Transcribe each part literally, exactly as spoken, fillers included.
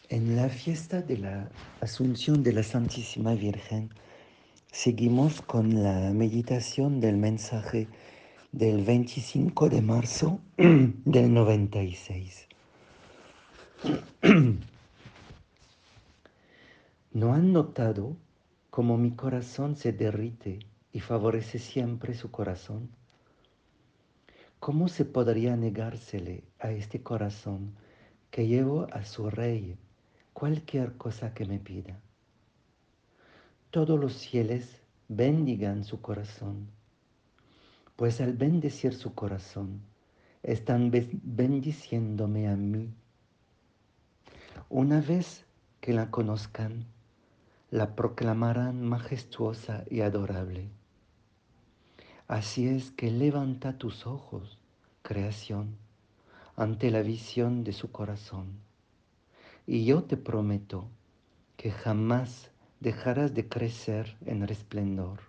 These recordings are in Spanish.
En la fiesta de la Asunción de la Santísima Virgen, seguimos con la meditación del mensaje del veinticinco de marzo del noventa y seis. ¿No han notado cómo mi corazón se derrite y favorece siempre su corazón? ¿Cómo se podría negársele a este corazón que llevo a su rey cualquier cosa que me pida? Todos los fieles bendigan su corazón, pues al bendecir su corazón, están bendiciéndome a mí. Una vez que la conozcan, la proclamarán majestuosa y adorable. Así es que levanta tus ojos, creación, ante la visión de su corazón. Y yo te prometo que jamás dejarás de crecer en resplendor.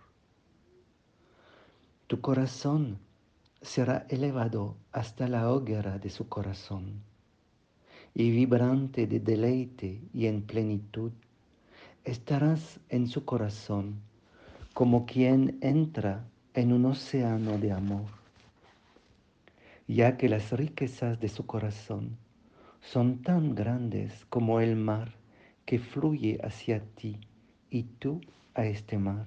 Tu corazón será elevado hasta la hoguera de su corazón, y vibrante de deleite y en plenitud, estarás en su corazón como quien entra en un océano de amor, ya que las riquezas de su corazón son tan grandes como el mar que fluye hacia ti y tú a este mar.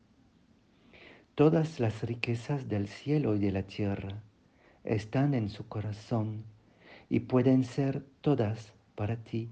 Todas las riquezas del cielo y de la tierra están en su corazón y pueden ser todas para ti.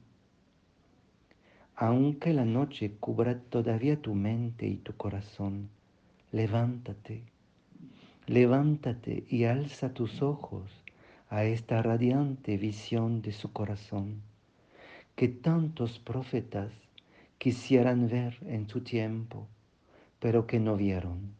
Aunque la noche cubra todavía tu mente y tu corazón, levántate, levántate y alza tus ojos a esta radiante visión de su corazón, que tantos profetas quisieran ver en su tiempo, pero que no vieron.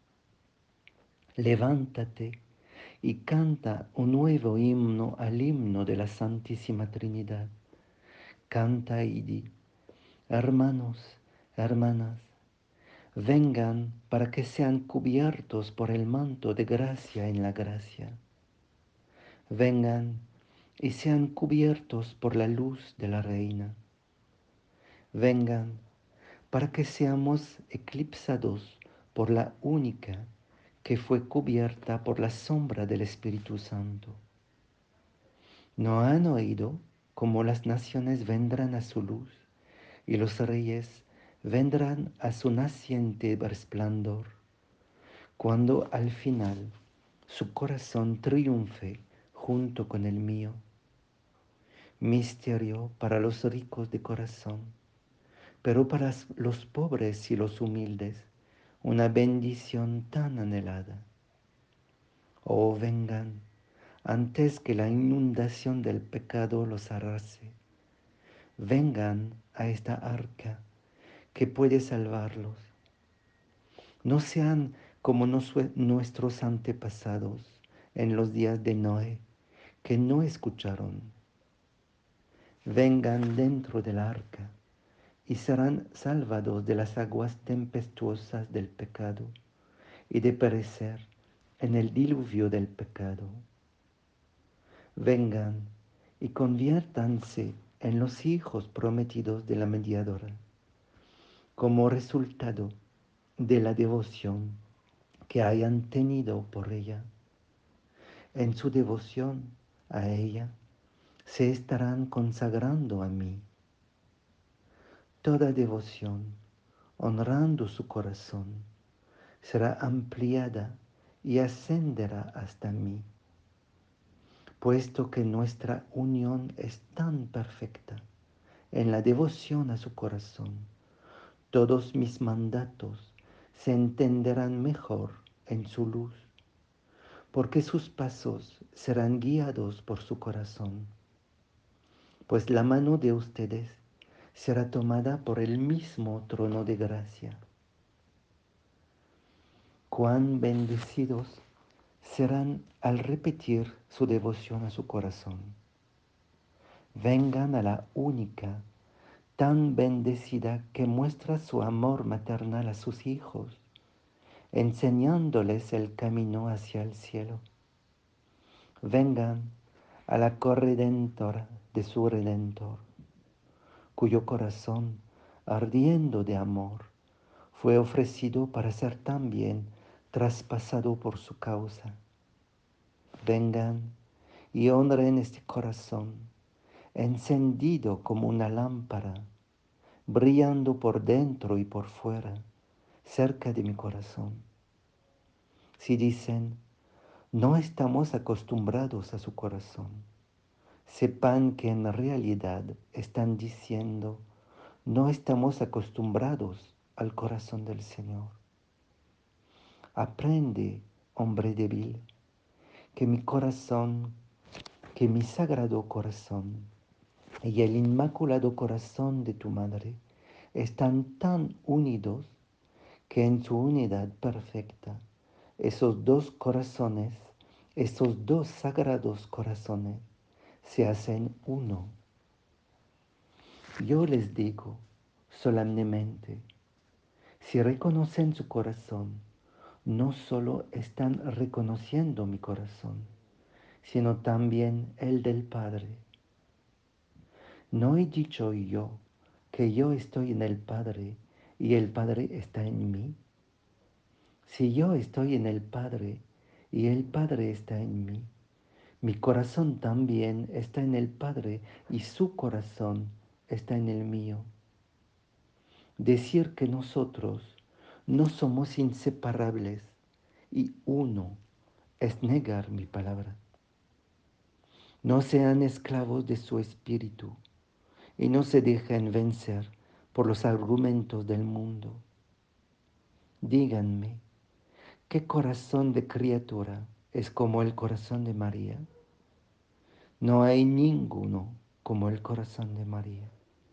Levántate y canta un nuevo himno al himno de la Santísima Trinidad. Canta y di: hermanos, hermanas, vengan para que sean cubiertos por el manto de gracia en la gracia. Vengan y sean cubiertos por la luz de la Reina. Vengan para que seamos eclipsados por la única que fue cubierta por la sombra del Espíritu Santo. ¿No han oído cómo las naciones vendrán a su luz y los reyes vendrán a su naciente resplandor, cuando al final su corazón triunfe junto con el mío? Misterio para los ricos de corazón, pero para los pobres y los humildes, una bendición tan anhelada. Oh, vengan antes que la inundación del pecado los arrase. Vengan a esta arca que puede salvarlos. No sean como nuestros antepasados en los días de Noé, que no escucharon. Vengan dentro del arca y serán salvados de las aguas tempestuosas del pecado y de perecer en el diluvio del pecado. Vengan y conviértanse en los hijos prometidos de la mediadora, como resultado de la devoción que hayan tenido por ella. En su devoción a ella se estarán consagrando a mí. Toda devoción, honrando su corazón, será ampliada y ascenderá hasta mí, puesto que nuestra unión es tan perfecta en la devoción a su corazón. Todos mis mandatos se entenderán mejor en su luz, porque sus pasos serán guiados por su corazón, pues la mano de ustedes será tomada por el mismo trono de gracia. Cuán bendecidos serán al repetir su devoción a su corazón. Vengan a la única, tan bendecida, que muestra su amor maternal a sus hijos, enseñándoles el camino hacia el cielo. Vengan a la corredentora de su Redentor, cuyo corazón, ardiendo de amor, fue ofrecido para ser también traspasado por su causa. Vengan y honren este corazón, encendido como una lámpara, brillando por dentro y por fuera, cerca de mi corazón. Si dicen, no estamos acostumbrados a su corazón, sepan que en realidad están diciendo, no estamos acostumbrados al corazón del Señor. Aprende, hombre débil, que mi corazón, que mi sagrado corazón y el inmaculado corazón de tu madre están tan unidos que en su unidad perfecta, esos dos corazones, esos dos sagrados corazones, se hacen uno. Yo les digo solemnemente, si reconocen su corazón, no solo están reconociendo mi corazón, sino también el del Padre. ¿No he dicho yo que yo estoy en el Padre y el Padre está en mí? Si yo estoy en el Padre y el Padre está en mí, mi corazón también está en el Padre y su corazón está en el mío. Decir que nosotros no somos inseparables y uno es negar mi palabra. No sean esclavos de su espíritu y no se dejen vencer por los argumentos del mundo. Díganme, ¿qué corazón de criatura es como el corazón de María? No hay ninguno como el corazón de María,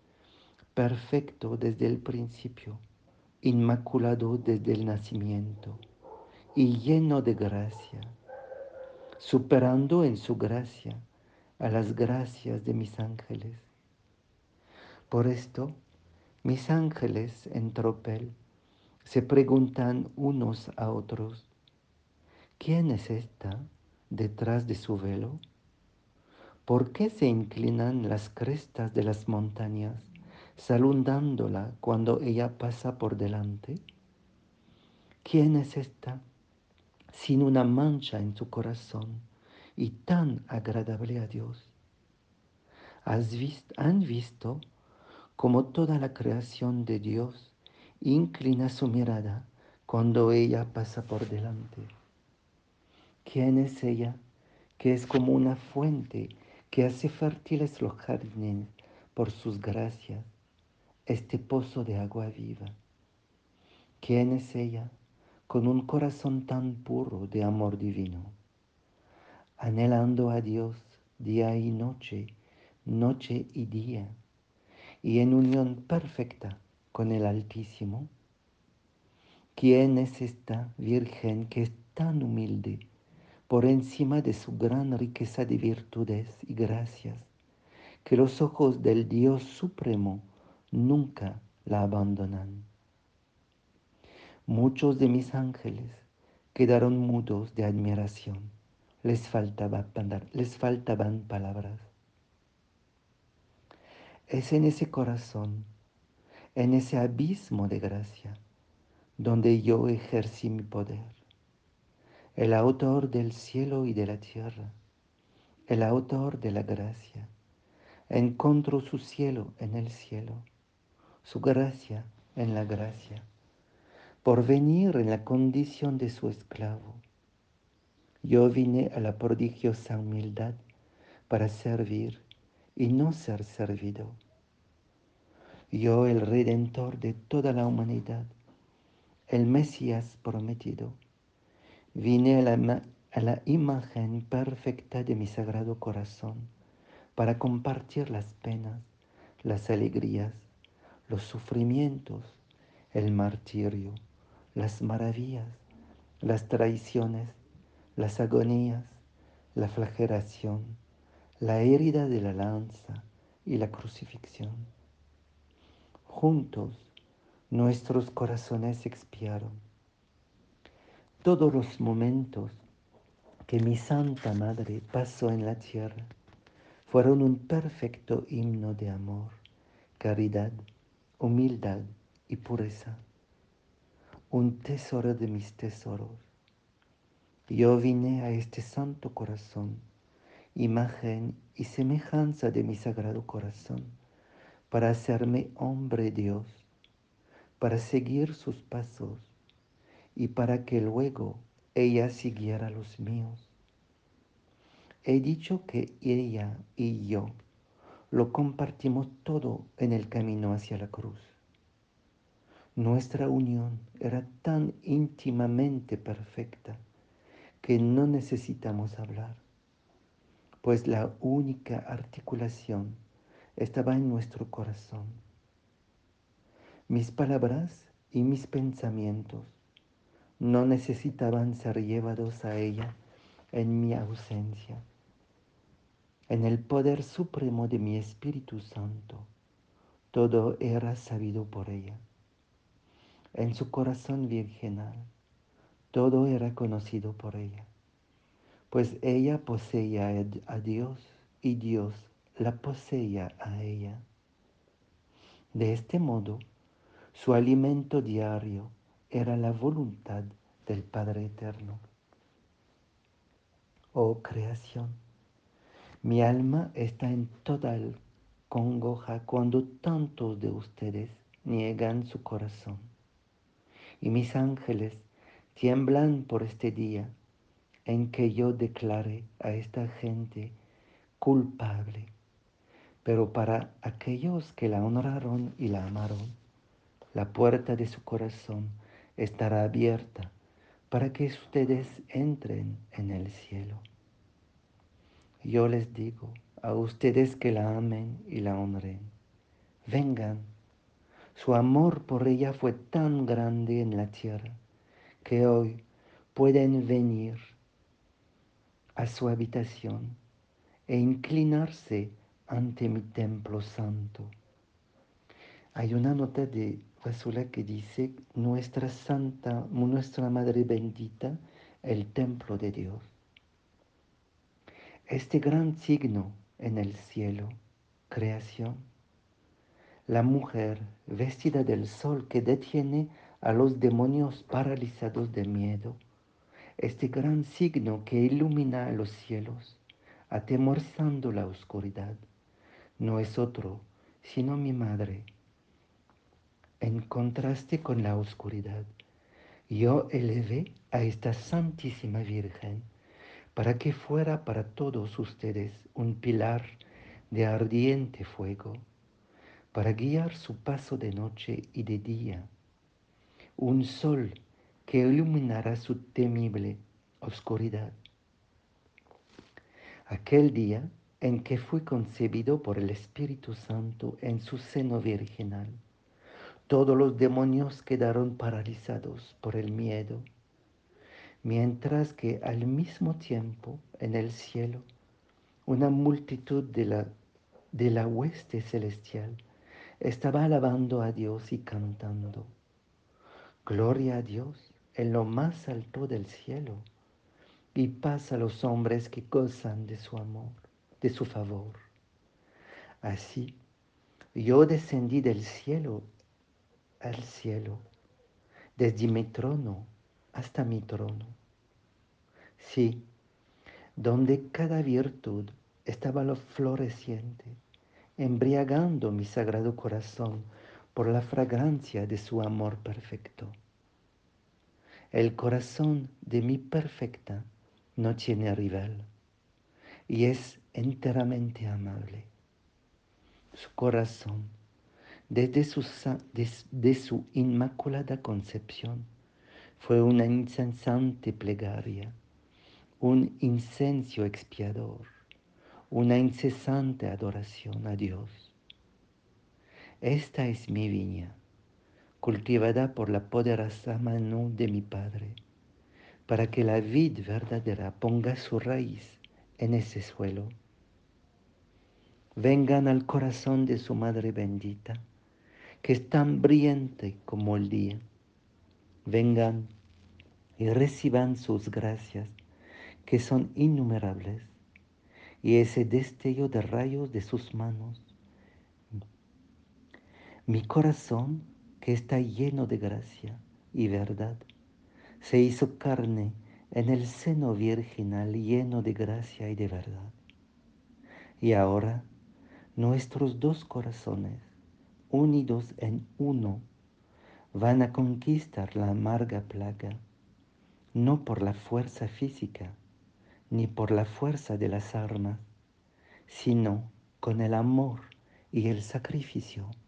perfecto desde el principio, inmaculado desde el nacimiento y lleno de gracia, superando en su gracia a las gracias de mis ángeles. Por esto, mis ángeles en tropel se preguntan unos a otros, ¿quién es esta detrás de su velo? ¿Por qué se inclinan las crestas de las montañas, saludándola cuando ella pasa por delante? ¿Quién es esta sin una mancha en su corazón y tan agradable a Dios? ¿Has visto, ¿Han visto cómo toda la creación de Dios inclina su mirada cuando ella pasa por delante? ¿Quién es ella que es como una fuente que hace fértiles los jardines por sus gracias, este pozo de agua viva? ¿Quién es ella con un corazón tan puro de amor divino, anhelando a Dios día y noche, noche y día, y en unión perfecta con el Altísimo? ¿Quién es esta Virgen que es tan humilde por encima de su gran riqueza de virtudes y gracias, que los ojos del Dios Supremo nunca la abandonan? Muchos de mis ángeles quedaron mudos de admiración, les, faltaba, les faltaban palabras. Es en ese corazón, en ese abismo de gracia, donde yo ejercí mi poder. El autor del cielo y de la tierra, el autor de la gracia, encontró su cielo en el cielo, su gracia en la gracia, por venir en la condición de su esclavo. Yo vine a la prodigiosa humildad para servir y no ser servido. Yo, el Redentor de toda la humanidad, el Mesías prometido, vine a la, a la imagen perfecta de mi sagrado corazón para compartir las penas, las alegrías, los sufrimientos, el martirio, las maravillas, las traiciones, las agonías, la flagelación, la herida de la lanza y la crucifixión. Juntos nuestros corazones expiaron todos los momentos que mi Santa Madre pasó en la tierra. Fueron un perfecto himno de amor caridad, humildad y pureza, un tesoro de mis tesoros. Yo vine a este santo corazón, imagen y semejanza de mi sagrado corazón, para hacerme hombre Dios, para seguir sus pasos y para que luego ella siguiera los míos. He dicho que ella y yo lo compartimos todo en el camino hacia la cruz. Nuestra unión era tan íntimamente perfecta que no necesitamos hablar, pues la única articulación estaba en nuestro corazón. Mis palabras y mis pensamientos no necesitaban ser llevados a ella en mi ausencia. En el poder supremo de mi Espíritu Santo, todo era sabido por ella. En su corazón virginal, todo era conocido por ella, pues ella poseía a Dios y Dios la poseía a ella. De este modo, su alimento diario era la voluntad del Padre Eterno. Oh creación, mi alma está en total congoja cuando tantos de ustedes niegan su corazón. Y mis ángeles tiemblan por este día en que yo declare a esta gente culpable. Pero para aquellos que la honraron y la amaron, la puerta de su corazón estará abierta para que ustedes entren en el cielo. Yo les digo a ustedes que la amen y la honren, vengan. Su amor por ella fue tan grande en la tierra que hoy pueden venir a su habitación e inclinarse ante mi templo santo. Hay una nota de Vasula que dice, nuestra santa, nuestra Madre bendita, el templo de Dios. Este gran signo en el cielo, creación, la mujer vestida del sol que detiene a los demonios paralizados de miedo, este gran signo que ilumina a los cielos, atemorizando la oscuridad, no es otro sino mi madre. En contraste con la oscuridad, yo elevé a esta Santísima Virgen para que fuera para todos ustedes un pilar de ardiente fuego, para guiar su paso de noche y de día, un sol que iluminará su temible oscuridad. Aquel día en que fui concebido por el Espíritu Santo en su seno virginal, todos los demonios quedaron paralizados por el miedo, mientras que al mismo tiempo en el cielo una multitud de la, de la hueste celestial estaba alabando a Dios y cantando, gloria a Dios en lo más alto del cielo y paz a los hombres que gozan de su amor, de su favor. Así, yo descendí del cielo al cielo, desde mi trono hasta mi trono. Sí, donde cada virtud estaba lo floreciente, embriagando mi sagrado corazón por la fragancia de su amor perfecto. El corazón de mi perfecta no tiene rival y es enteramente amable. Su corazón, desde su, desde su inmaculada concepción, fue una incesante plegaria, un incenso expiador, una incesante adoración a Dios. Esta es mi viña, cultivada por la poderosa mano de mi Padre, para que la vid verdadera ponga su raíz en ese suelo. Vengan al corazón de su Madre bendita, que es tan brillante como el día. Vengan y reciban sus gracias, que son innumerables, y ese destello de rayos de sus manos Mi corazón, que está lleno de gracia y verdad, se hizo carne en el seno virginal lleno de gracia y de verdad. Y ahora nuestros dos corazones, unidos en uno, van a conquistar la amarga plaga, no por la fuerza física, ni por la fuerza de las armas, sino con el amor y el sacrificio